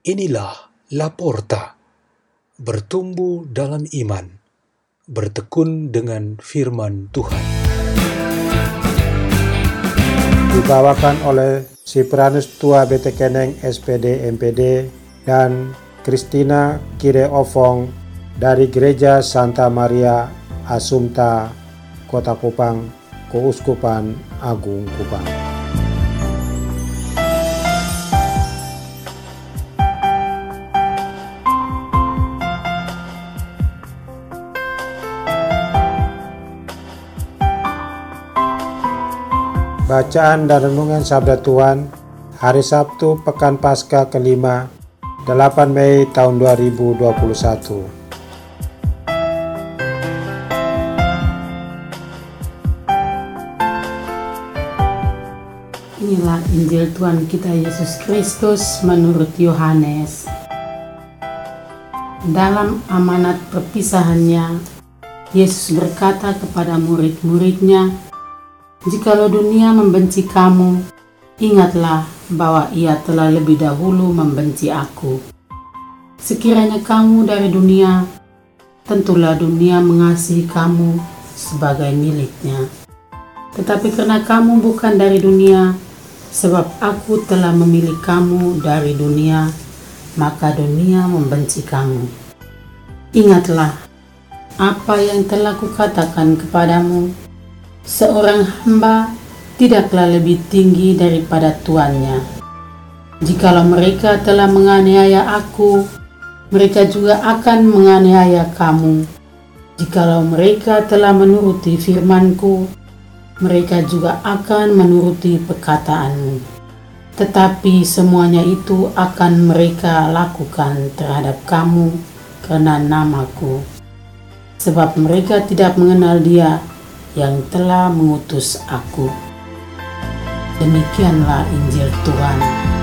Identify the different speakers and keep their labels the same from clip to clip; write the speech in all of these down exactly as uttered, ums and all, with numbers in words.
Speaker 1: Inilah Laporta, bertumbuh dalam iman, bertekun dengan firman Tuhan.
Speaker 2: Dibawakan oleh Sipranus Tua Bete Keneng S P D M P D dan Kristina Kire Ofong dari Gereja Santa Maria Assumpta, Kota Kupang, Keuskupan Agung Kupang. Bacaan dan Renungan Sabda Tuhan hari Sabtu Pekan Paskah kelima, delapan Mei tahun dua ribu dua puluh satu.
Speaker 3: Inilah Injil Tuhan kita Yesus Kristus menurut Yohanes. Dalam amanat perpisahannya, Yesus berkata kepada murid-muridnya, "Jikalau dunia membenci kamu, ingatlah bahwa ia telah lebih dahulu membenci aku. Sekiranya kamu dari dunia, tentulah dunia mengasihi kamu sebagai miliknya. Tetapi karena kamu bukan dari dunia, sebab aku telah memilih kamu dari dunia, maka dunia membenci kamu. Ingatlah apa yang telah kukatakan kepadamu, seorang hamba tidaklah lebih tinggi daripada tuannya. Jikalau mereka telah menganiaya aku, mereka juga akan menganiaya kamu. Jikalau mereka telah menuruti firman-Ku, mereka juga akan menuruti perkataanmu. Tetapi semuanya itu akan mereka lakukan terhadap kamu karena nama-Ku, sebab mereka tidak mengenal Dia yang telah mengutus aku." Demikianlah Injil Tuhan.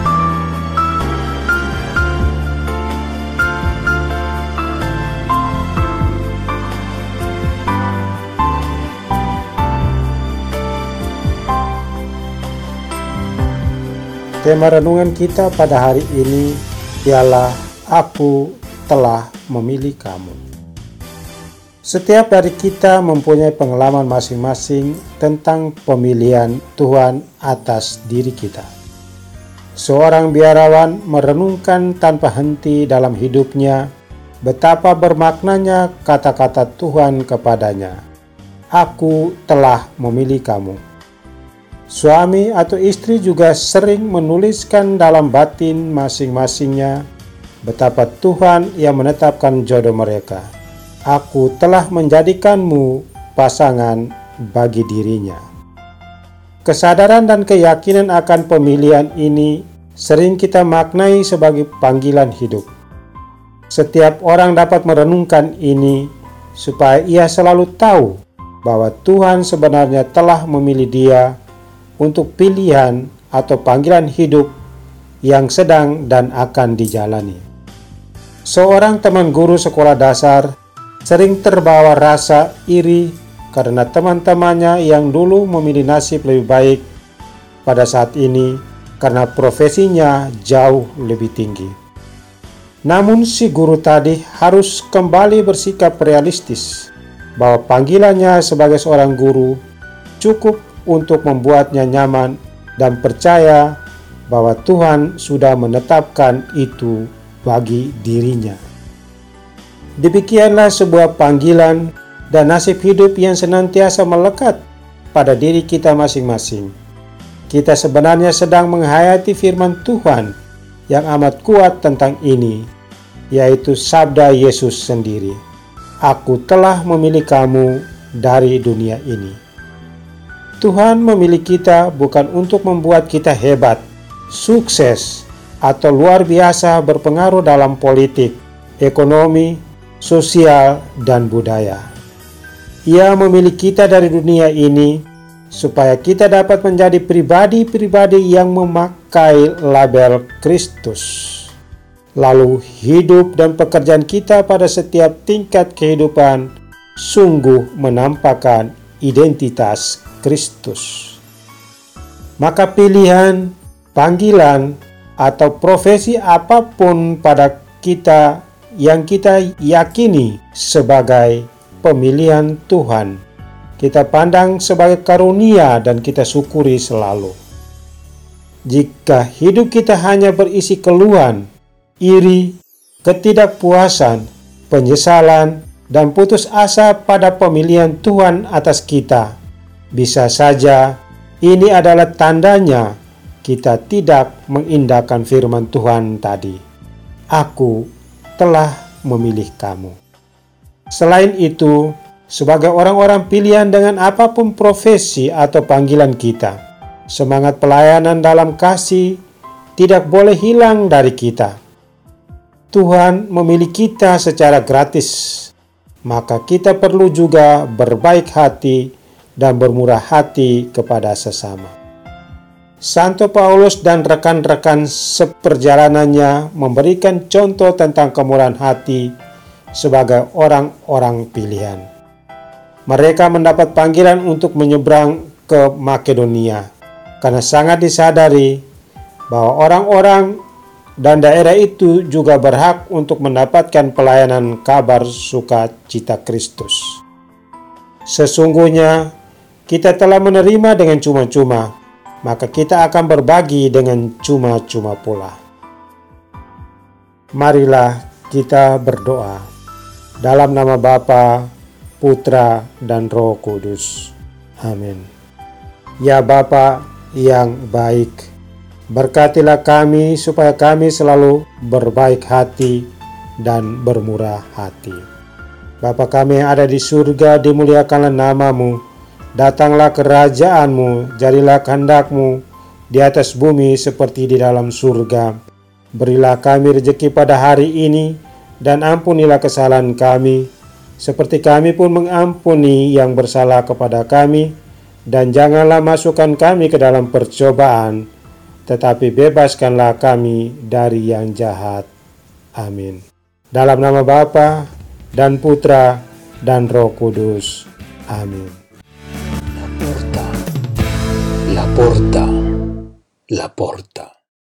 Speaker 2: Tema renungan kita pada hari ini ialah Aku telah memilih kamu. Setiap dari kita mempunyai pengalaman masing-masing tentang pemilihan Tuhan atas diri kita. Seorang biarawan merenungkan tanpa henti dalam hidupnya betapa bermaknanya kata-kata Tuhan kepadanya, "Aku telah memilih kamu." Suami atau istri juga sering menuliskan dalam batin masing-masingnya betapa Tuhan yang menetapkan jodoh mereka. "Aku telah menjadikanmu pasangan bagi dirinya." Kesadaran dan keyakinan akan pemilihan ini sering kita maknai sebagai panggilan hidup. Setiap orang dapat merenungkan ini supaya ia selalu tahu bahwa Tuhan sebenarnya telah memilih dia untuk pilihan atau panggilan hidup yang sedang dan akan dijalani. Seorang teman guru sekolah dasar sering terbawa rasa iri karena teman-temannya yang dulu memilih nasib lebih baik pada saat ini karena profesinya jauh lebih tinggi. Namun si guru tadi harus kembali bersikap realistis bahwa panggilannya sebagai seorang guru cukup untuk membuatnya nyaman dan percaya bahwa Tuhan sudah menetapkan itu bagi dirinya. Demikianlah sebuah panggilan dan nasib hidup yang senantiasa melekat pada diri kita masing-masing. Kita sebenarnya sedang menghayati firman Tuhan yang amat kuat tentang ini, yaitu sabda Yesus sendiri, "Aku telah memilih kamu dari dunia ini." Tuhan memilih kita bukan untuk membuat kita hebat, sukses, atau luar biasa berpengaruh dalam politik, ekonomi, sosial, dan budaya. Ia memilih kita dari dunia ini supaya kita dapat menjadi pribadi-pribadi yang memakai label Kristus. Lalu hidup dan pekerjaan kita pada setiap tingkat kehidupan sungguh menampakkan identitas Kristus. Maka pilihan, panggilan, atau profesi apapun pada kita yang kita yakini sebagai pemilihan Tuhan, kita pandang sebagai karunia dan kita syukuri selalu. Jika hidup kita hanya berisi keluhan, iri, ketidakpuasan, penyesalan, dan putus asa pada pemilihan Tuhan atas kita, bisa saja ini adalah tandanya kita tidak mengindahkan firman Tuhan tadi. Aku telah memilih kamu. Selain itu, sebagai orang-orang pilihan dengan apapun profesi atau panggilan kita, semangat pelayanan dalam kasih tidak boleh hilang dari kita. Tuhan memilih kita secara gratis, maka kita perlu juga berbaik hati dan bermurah hati kepada sesama. Santo Paulus dan rekan-rekan seperjalanannya memberikan contoh tentang kemurahan hati sebagai orang-orang pilihan. Mereka mendapat panggilan untuk menyeberang ke Makedonia karena sangat disadari bahwa orang-orang dan daerah itu juga berhak untuk mendapatkan pelayanan kabar sukacita Kristus. Sesungguhnya kita telah menerima dengan cuma-cuma, maka kita akan berbagi dengan cuma-cuma pula. Marilah kita berdoa dalam nama Bapa, Putra, dan Roh Kudus. Amin. Ya Bapa yang baik, berkatilah kami supaya kami selalu berbaik hati dan bermurah hati. Bapa kami yang ada di surga, dimuliakanlah namamu, datanglah kerajaanmu, jadilah kehendak-mu di atas bumi seperti di dalam surga. Berilah kami rezeki pada hari ini, dan ampunilah kesalahan kami, seperti kami pun mengampuni yang bersalah kepada kami, dan janganlah masukkan kami ke dalam percobaan, tetapi bebaskanlah kami dari yang jahat. Amin. Dalam nama Bapa dan Putra dan Roh Kudus. Amin.
Speaker 1: La porta, la porta, la porta.